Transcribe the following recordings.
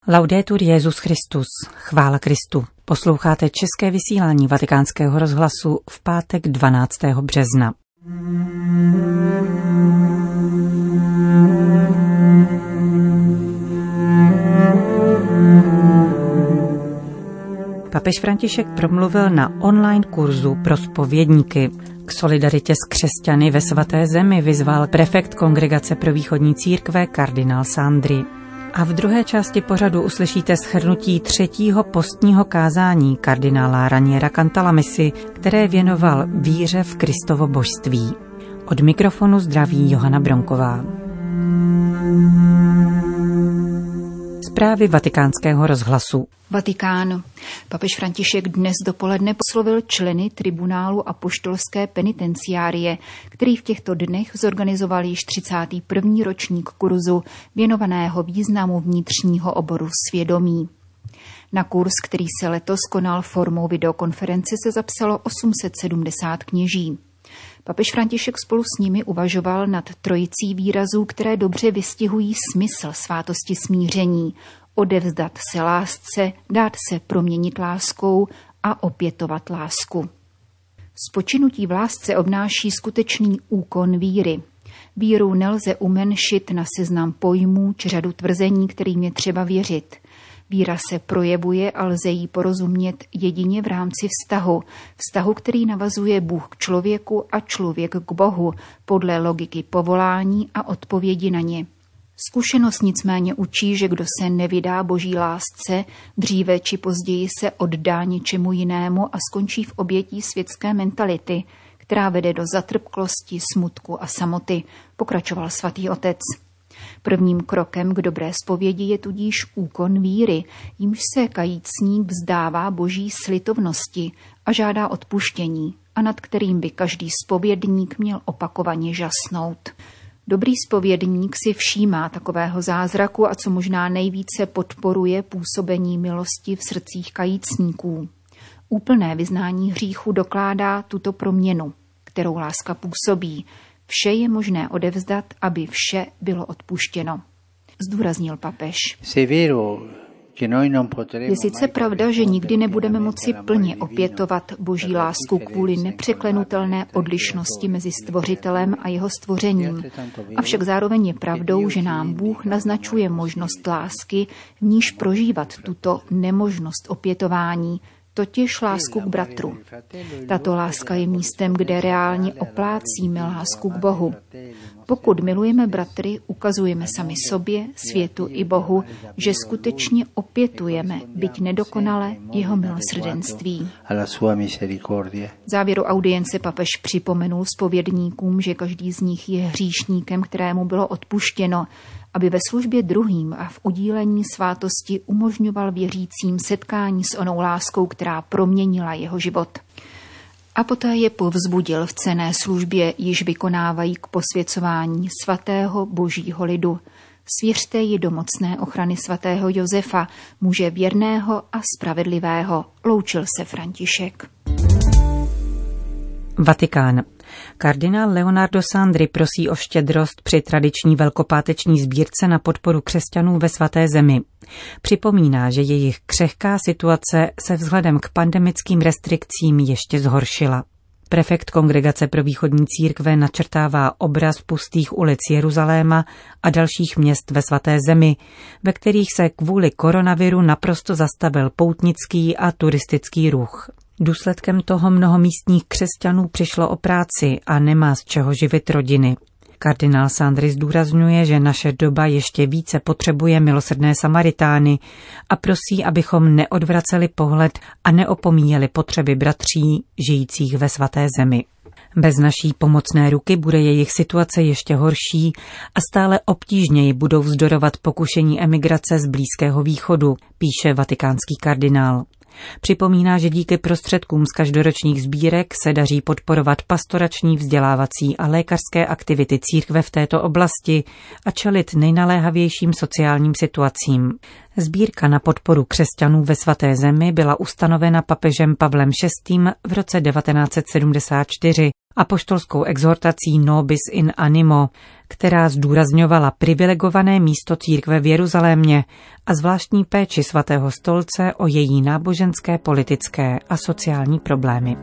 Laudetur Jesus Christus, chvála Kristu. Posloucháte české vysílání Vatikánského rozhlasu v pátek 12. března. Papež František promluvil na online kurzu pro zpovědníky. K solidaritě s křesťany ve svaté zemi vyzval prefekt Kongregace pro východní církve kardinál Sandri. A v druhé části pořadu uslyšíte shrnutí 3. postního kázání kardinála Raniera Cantalamessy, které věnoval víře v Kristovo božství. Od mikrofonu zdraví Johana Bronková. Zprávy Vatikánského rozhlasu. Vatikán. Papež František dnes dopoledne oslovil členy tribunálu apoštolské penitenciárie, který v těchto dnech zorganizoval již 31. ročník kurzu věnovaného významu vnitřního oboru svědomí. Na kurz, který se letos konal formou videokonference, se zapsalo 870 kněží. Papež František spolu s nimi uvažoval nad trojicí výrazů, které dobře vystihují smysl svátosti smíření: odevzdat se lásce, dát se proměnit láskou a opětovat lásku. Spočinutí v lásce obnáší skutečný úkon víry. Víru nelze umenšit na seznam pojmů či řadu tvrzení, kterým je třeba věřit. Víra se projevuje a lze jí porozumět jedině v rámci vztahu, který navazuje Bůh k člověku a člověk k Bohu, podle logiky povolání a odpovědi na ně. Zkušenost nicméně učí, že kdo se nevydá Boží lásce, dříve či později se oddá něčemu jinému a skončí v obětí světské mentality, která vede do zatrpklosti, smutku a samoty, pokračoval svatý otec. Prvním krokem k dobré zpovědi je tudíž úkon víry, jímž se kajícník vzdává Boží slitovnosti a žádá odpuštění, a nad kterým by každý zpovědník měl opakovaně žasnout. Dobrý zpovědník si všímá takového zázraku a co možná nejvíce podporuje působení milosti v srdcích kajícníků. Úplné vyznání hříchu dokládá tuto proměnu, kterou láska působí. Vše je možné odevzdat, aby vše bylo odpuštěno, zdůraznil papež. Je sice pravda, že nikdy nebudeme moci plně opětovat Boží lásku kvůli nepřeklenutelné odlišnosti mezi Stvořitelem a jeho stvořením. Avšak zároveň je pravdou, že nám Bůh naznačuje možnost lásky, v níž prožívat tuto nemožnost opětování, totiž lásku k bratru. Tato láska je místem, kde reálně oplácíme lásku k Bohu. Pokud milujeme bratry, ukazujeme sami sobě, světu i Bohu, že skutečně opětujeme, byť nedokonale, jeho milosrdenství. V závěru audience papež připomenul zpovědníkům, že každý z nich je hříšníkem, kterému bylo odpuštěno, aby ve službě druhým a v udílení svátosti umožňoval věřícím setkání s onou láskou, která proměnila jeho život. A poté je povzbudil v cenné službě, již vykonávají k posvěcování svatého Božího lidu. Svěřte ji do mocné ochrany svatého Josefa, muže věrného a spravedlivého, loučil se František. Vatikán. Kardinál Leonardo Sandri prosí o štědrost při tradiční velkopáteční sbírce na podporu křesťanů ve svaté zemi. Připomíná, že jejich křehká situace se vzhledem k pandemickým restrikcím ještě zhoršila. Prefekt Kongregace pro východní církve načrtává obraz pustých ulic Jeruzaléma a dalších měst ve svaté zemi, ve kterých se kvůli koronaviru naprosto zastavil poutnický a turistický ruch. Důsledkem toho mnoho místních křesťanů přišlo o práci a nemá z čeho živit rodiny. Kardinál Sandri zdůrazňuje, že naše doba ještě více potřebuje milosrdné Samaritány a prosí, abychom neodvraceli pohled a neopomíjeli potřeby bratří žijících ve svaté zemi. Bez naší pomocné ruky bude jejich situace ještě horší a stále obtížněji budou vzdorovat pokušení emigrace z Blízkého východu, píše vatikánský kardinál. Připomíná, že díky prostředkům z každoročních sbírek se daří podporovat pastorační, vzdělávací a lékařské aktivity církve v této oblasti a čelit nejnaléhavějším sociálním situacím. Sbírka na podporu křesťanů ve svaté zemi byla ustanovena papežem Pavlem VI. V roce 1974 apoštolskou exhortací Nobis in animo, která zdůrazňovala privilegované místo církve v Jeruzalémě a zvláštní péči Svatého stolce o její náboženské, politické a sociální problémy.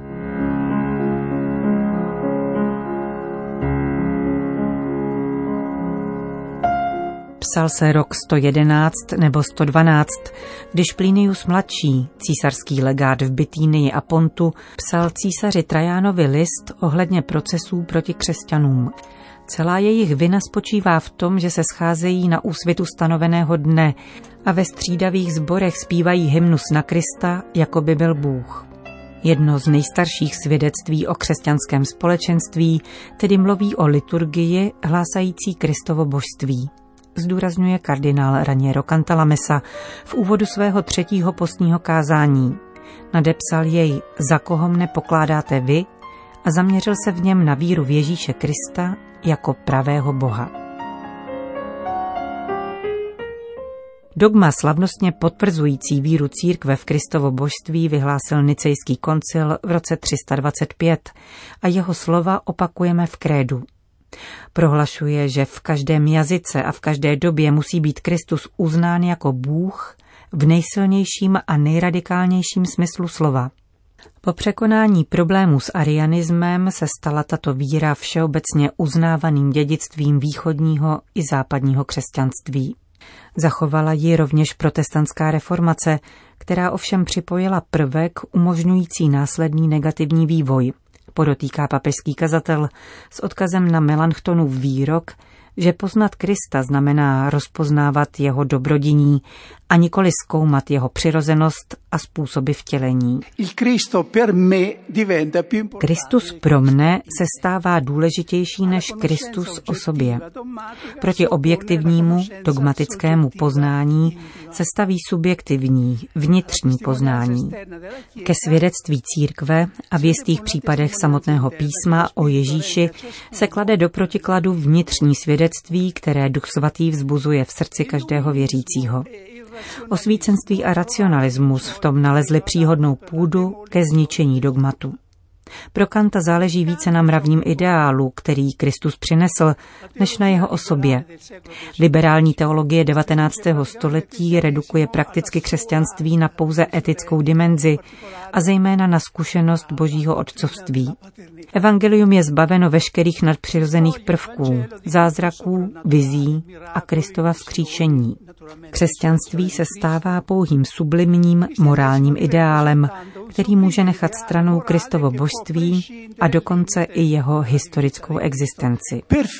Psal se rok 111 nebo 112, když Plinius mladší, císařský legát v Bitýnii a Pontu, psal císaři Trajánovi list ohledně procesů proti křesťanům. Celá jejich vina spočívá v tom, že se scházejí na úsvitu stanoveného dne a ve střídavých sborech zpívají hymnus na Krista, jako by byl Bůh. Jedno z nejstarších svědectví o křesťanském společenství tedy mluví o liturgii hlásající Kristovo božství. Zdůrazňuje kardinál Raniero Cantalamessa v úvodu svého 3. postního kázání. Nadepsal jej Za koho mne pokládáte vy a zaměřil se v něm na víru v Ježíše Krista jako pravého Boha. Dogma slavnostně potvrzující víru církve v Kristovo božství vyhlásil Nicejský koncil v roce 325 a jeho slova opakujeme v krédu. Prohlašuje, že v každém jazyce a v každé době musí být Kristus uznán jako Bůh v nejsilnějším a nejradikálnějším smyslu slova. Po překonání problémů s arianismem se stala tato víra všeobecně uznávaným dědictvím východního i západního křesťanství. Zachovala ji rovněž protestantská reformace, která ovšem připojila prvek umožňující následný negativní vývoj. Podotýká papežský kazatel s odkazem na Melanchthonův výrok, že poznat Krista znamená rozpoznávat jeho dobrodiní a nikoli zkoumat jeho přirozenost a způsoby vtělení. Kristus pro mne se stává důležitější než Kristus o sobě. Proti objektivnímu, dogmatickému poznání se staví subjektivní, vnitřní poznání. Ke svědectví církve a v jistých případech samotného písma o Ježíši se klade do protikladu vnitřní svědectví, které Duch svatý vzbuzuje v srdci každého věřícího. Osvícenství a racionalismus v tom nalezli příhodnou půdu ke zničení dogmatu. Pro Kanta záleží více na mravním ideálu, který Kristus přinesl, než na jeho osobě. Liberální teologie 19. století redukuje prakticky křesťanství na pouze etickou dimenzi a zejména na zkušenost božího otcovství. Evangelium je zbaveno veškerých nadpřirozených prvků, zázraků, vizí a Kristova vzkříšení. Křesťanství se stává pouhým sublimním morálním ideálem, který může nechat stranou Kristovo božství a dokonce i jeho historickou existenci.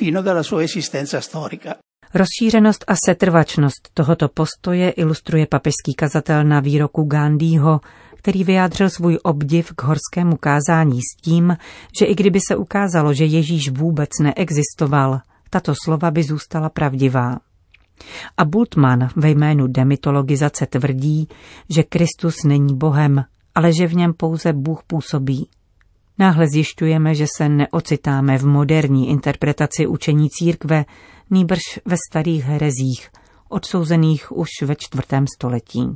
Rozšířenost a setrvačnost tohoto postoje ilustruje papežský kazatel na výroku Gandhiho, který vyjádřil svůj obdiv k horskému kázání s tím, že i kdyby se ukázalo, že Ježíš vůbec neexistoval, tato slova by zůstala pravdivá. A Bultmann ve jménu demitologizace tvrdí, že Kristus není Bohem, ale že v něm pouze Bůh působí. Náhle zjišťujeme, že se neocitáme v moderní interpretaci učení církve, nýbrž ve starých herezích, odsouzených už ve 4. století.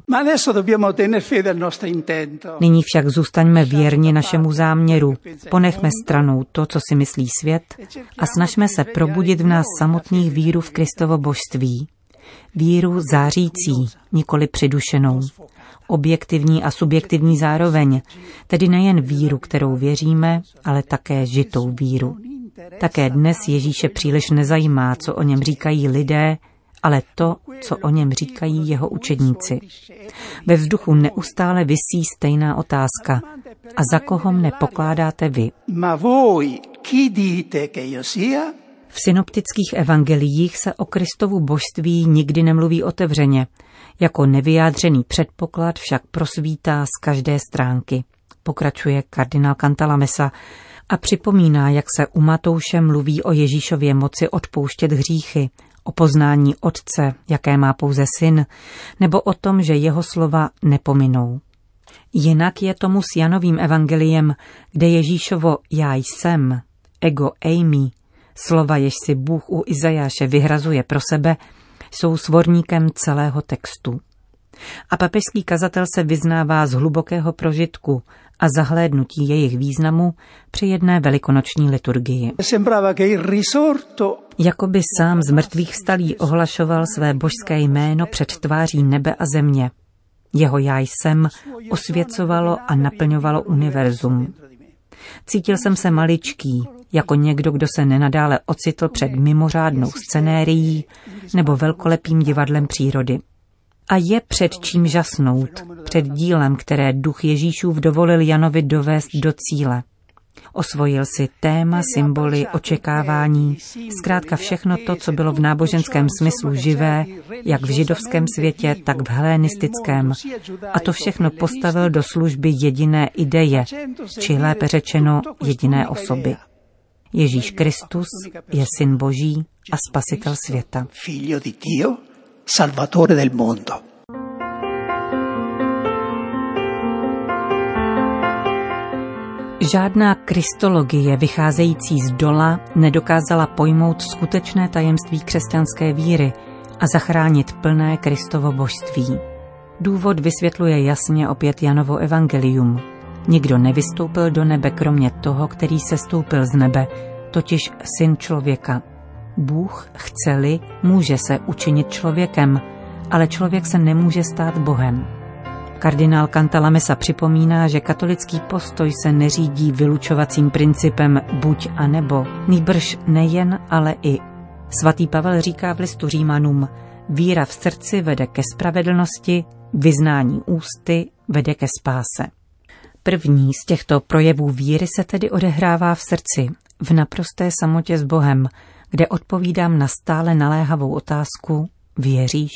Nyní však zůstaňme věrni našemu záměru, ponechme stranou to, co si myslí svět, a snažme se probudit v nás samotných víru v Kristovo božství. Víru zářící, nikoli přidušenou. Objektivní a subjektivní zároveň, tedy nejen víru, kterou věříme, ale také žitou víru. Také dnes Ježíše příliš nezajímá, co o něm říkají lidé, ale to, co o něm říkají jeho učedníci. Ve vzduchu neustále visí stejná otázka. A za koho mne pokládáte vy? V synoptických evangeliích se o Kristovu božství nikdy nemluví otevřeně. Jako nevyjádřený předpoklad však prosvítá z každé stránky. Pokračuje kardinál Cantalamessa a připomíná, jak se u Matouše mluví o Ježíšově moci odpouštět hříchy, o poznání Otce, jaké má pouze Syn, nebo o tom, že jeho slova nepominou. Jinak je tomu s Janovým evangeliem, kde Ježíšovo já jsem, ego eimi, slova, jež si Bůh u Izajáše vyhrazuje pro sebe, jsou svorníkem celého textu. A papežský kazatel se vyznává z hlubokého prožitku a zahlédnutí jejich významu při jedné velikonoční liturgii. Jakoby sám z mrtvých vstalý ohlašoval své božské jméno před tváří nebe a země. Jeho já jsem osvěcovalo a naplňovalo univerzum. Cítil jsem se maličký, jako někdo, kdo se nenadále ocitl před mimořádnou scenérií nebo velkolepým divadlem přírody. A je před čím žasnout, před dílem, které duch Ježíšův dovolil Janovi dovést do cíle. Osvojil si téma, symboly, očekávání, zkrátka všechno to, co bylo v náboženském smyslu živé, jak v židovském světě, tak v helenistickém. A to všechno postavil do služby jediné ideje, či lépe řečeno jediné osoby. Ježíš Kristus je Syn Boží a Spasitel světa. Salvatore del mondo. Žádná kristologie vycházející z dola nedokázala pojmout skutečné tajemství křesťanské víry a zachránit plné Kristovo božství. Důvod vysvětluje jasně opět Janovo evangelium. Nikdo nevystoupil do nebe kromě toho, který sestoupil z nebe, totiž Syn člověka. Bůh, chce-li, může se učinit člověkem, ale člověk se nemůže stát Bohem. Kardinál Cantalamessa připomíná, že katolický postoj se neřídí vylučovacím principem buď a nebo, nýbrž nejen, ale i. Svatý Pavel říká v listu Římanům, víra v srdci vede ke spravedlnosti, vyznání ústy vede ke spáse. První z těchto projevů víry se tedy odehrává v srdci, v naprosté samotě s Bohem, kde odpovídám na stále naléhavou otázku, věříš?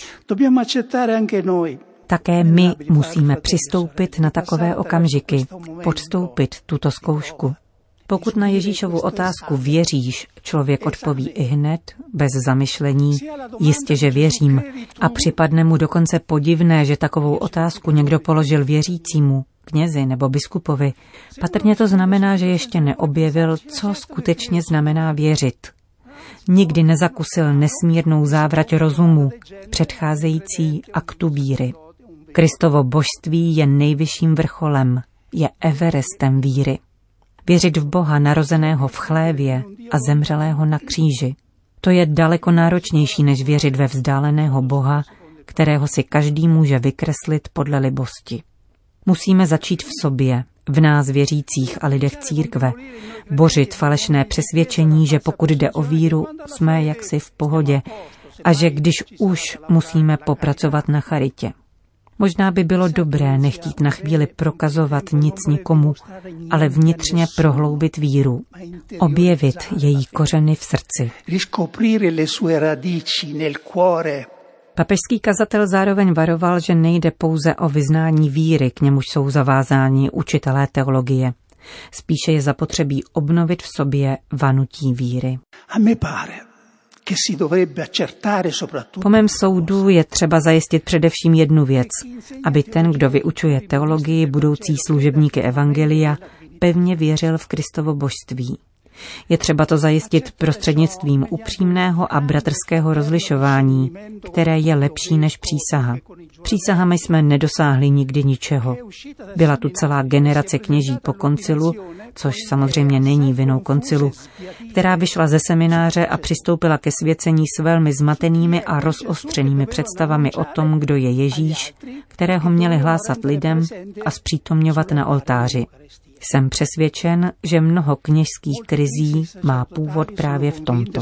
Také my musíme přistoupit na takové okamžiky, podstoupit tuto zkoušku. Pokud na Ježíšovu otázku věříš, člověk odpoví ihned, bez zamyšlení, jistě, že věřím, a připadne mu dokonce podivné, že takovou otázku někdo položil věřícímu, knězi nebo biskupovi. Patrně to znamená, že ještě neobjevil, co skutečně znamená věřit. Nikdy nezakusil nesmírnou závrať rozumu, předcházející aktu víry. Kristovo božství je nejvyšším vrcholem, je Everestem víry. Věřit v Boha narozeného v chlévě a zemřelého na kříži. To je daleko náročnější, než věřit ve vzdáleného Boha, kterého si každý může vykreslit podle libosti. Musíme začít v sobě, v nás věřících a lidech církve, bořit falešné přesvědčení, že pokud jde o víru, jsme jaksi v pohodě a že když už musíme popracovat na charitě. Možná by bylo dobré nechtít na chvíli prokazovat nic nikomu, ale vnitřně prohloubit víru, objevit její kořeny v srdci. Papežský kazatel zároveň varoval, že nejde pouze o vyznání víry, k němuž jsou zavázáni učitelé teologie. Spíše je zapotřebí obnovit v sobě vanutí víry. Po mém soudu je třeba zajistit především jednu věc, aby ten, kdo vyučuje teologii, budoucí služebníky evangelia, pevně věřil v Kristovo božství. Je třeba to zajistit prostřednictvím upřímného a bratrského rozlišování, které je lepší než přísaha. Přísahami jsme nedosáhli nikdy ničeho. Byla tu celá generace kněží po koncilu, což samozřejmě není vinou koncilu, která vyšla ze semináře a přistoupila ke svěcení s velmi zmatenými a rozostřenými představami o tom, kdo je Ježíš, kterého měli hlásat lidem a zpřítomňovat na oltáři. Jsem přesvědčen, že mnoho kněžských krizí má původ právě v tomto.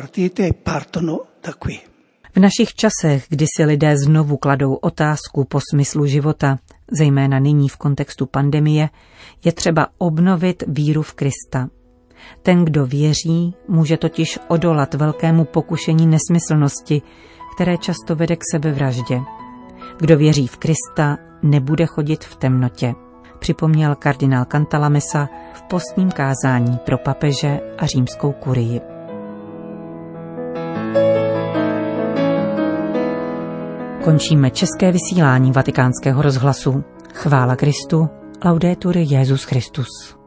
V našich časech, kdy si lidé znovu kladou otázku po smyslu života, zejména nyní v kontextu pandemie, je třeba obnovit víru v Krista. Ten, kdo věří, může totiž odolat velkému pokušení nesmyslnosti, které často vede k sebevraždě. Kdo věří v Krista, nebude chodit v temnotě, připomněl kardinál Cantalamessa v postním kázání pro papeže a římskou kurii. Končíme české vysílání Vatikánského rozhlasu. Chvála Kristu, laudetur Jesus Christus.